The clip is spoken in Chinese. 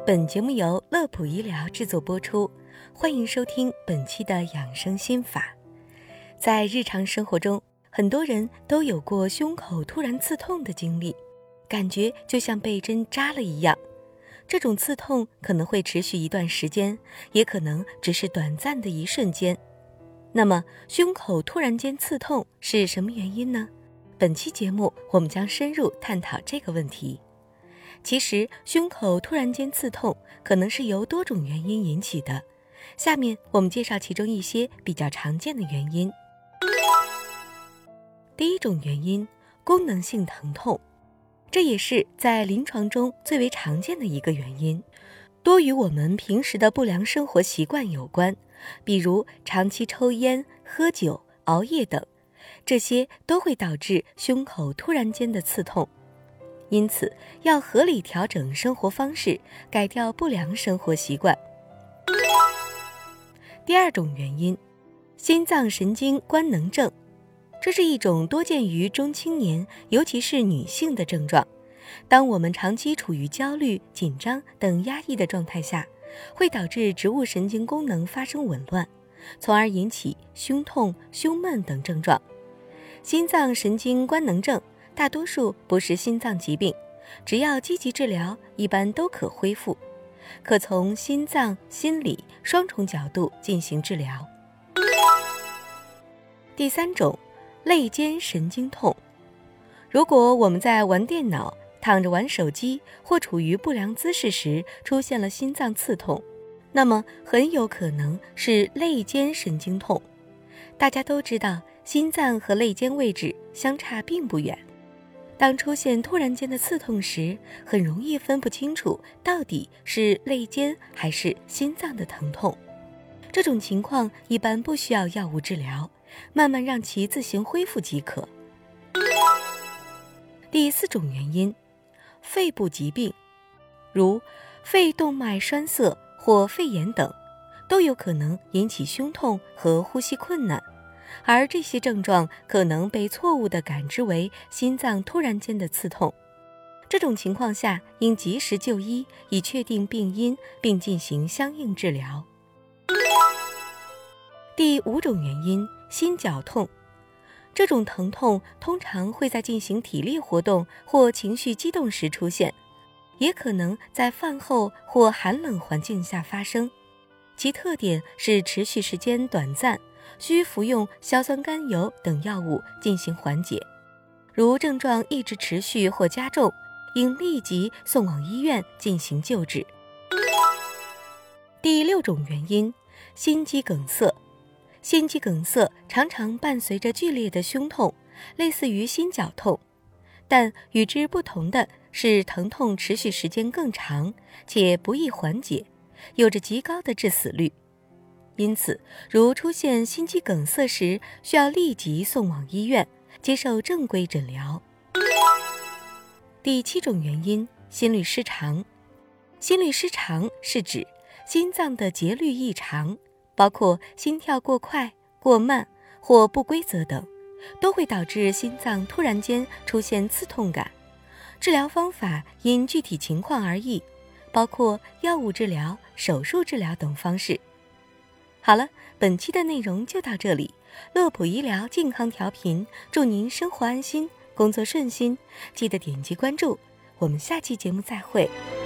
本节目由乐普医疗制作播出，欢迎收听本期的养生心法。在日常生活中，很多人都有过胸口突然刺痛的经历，感觉就像被针扎了一样。这种刺痛可能会持续一段时间，也可能只是短暂的一瞬间。那么，胸口突然间刺痛是什么原因呢？本期节目我们将深入探讨这个问题。其实，胸口突然间刺痛可能是由多种原因引起的。下面我们介绍其中一些比较常见的原因。第一种原因，功能性疼痛，这也是在临床中最为常见的一个原因，多与我们平时的不良生活习惯有关，比如长期抽烟、喝酒、熬夜等，这些都会导致胸口突然间的刺痛。因此，要合理调整生活方式，改掉不良生活习惯。第二种原因，心脏神经官能症，这是一种多见于中青年，尤其是女性的症状。当我们长期处于焦虑、紧张等压抑的状态下，会导致植物神经功能发生紊乱，从而引起胸痛、胸闷等症状。心脏神经官能症大多数不是心脏疾病，只要积极治疗，一般都可恢复，可从心脏、心理双重角度进行治疗。第三种，肋间神经痛。如果我们在玩电脑、躺着玩手机或处于不良姿势时出现了心脏刺痛，那么很有可能是肋间神经痛。大家都知道，心脏和肋间位置相差并不远。当出现突然间的刺痛时，很容易分不清楚到底是肋间还是心脏的疼痛。这种情况一般不需要药物治疗，慢慢让其自行恢复即可。第四种原因，肺部疾病，如肺动脉栓塞或肺炎等，都有可能引起胸痛和呼吸困难。而这些症状可能被错误地感知为心脏突然间的刺痛，这种情况下应及时就医，以确定病因并进行相应治疗。第五种原因，心绞痛，这种疼痛通常会在进行体力活动或情绪激动时出现，也可能在饭后或寒冷环境下发生，其特点是持续时间短暂，需服用硝酸甘油等药物进行缓解。如症状一直持续或加重，应立即送往医院进行救治。第六种原因，心肌梗塞。心肌梗塞常常伴随着剧烈的胸痛，类似于心绞痛，但与之不同的是疼痛持续时间更长，且不易缓解，有着极高的致死率。因此，如出现心肌梗塞时，需要立即送往医院，接受正规诊疗。第七种原因，心律失常。心律失常是指心脏的节律异常，包括心跳过快、过慢或不规则等，都会导致心脏突然间出现刺痛感。治疗方法因具体情况而异，包括药物治疗、手术治疗等方式。好了，本期的内容就到这里。乐普医疗健康调频，祝您生活安心，工作顺心。记得点击关注，我们下期节目再会。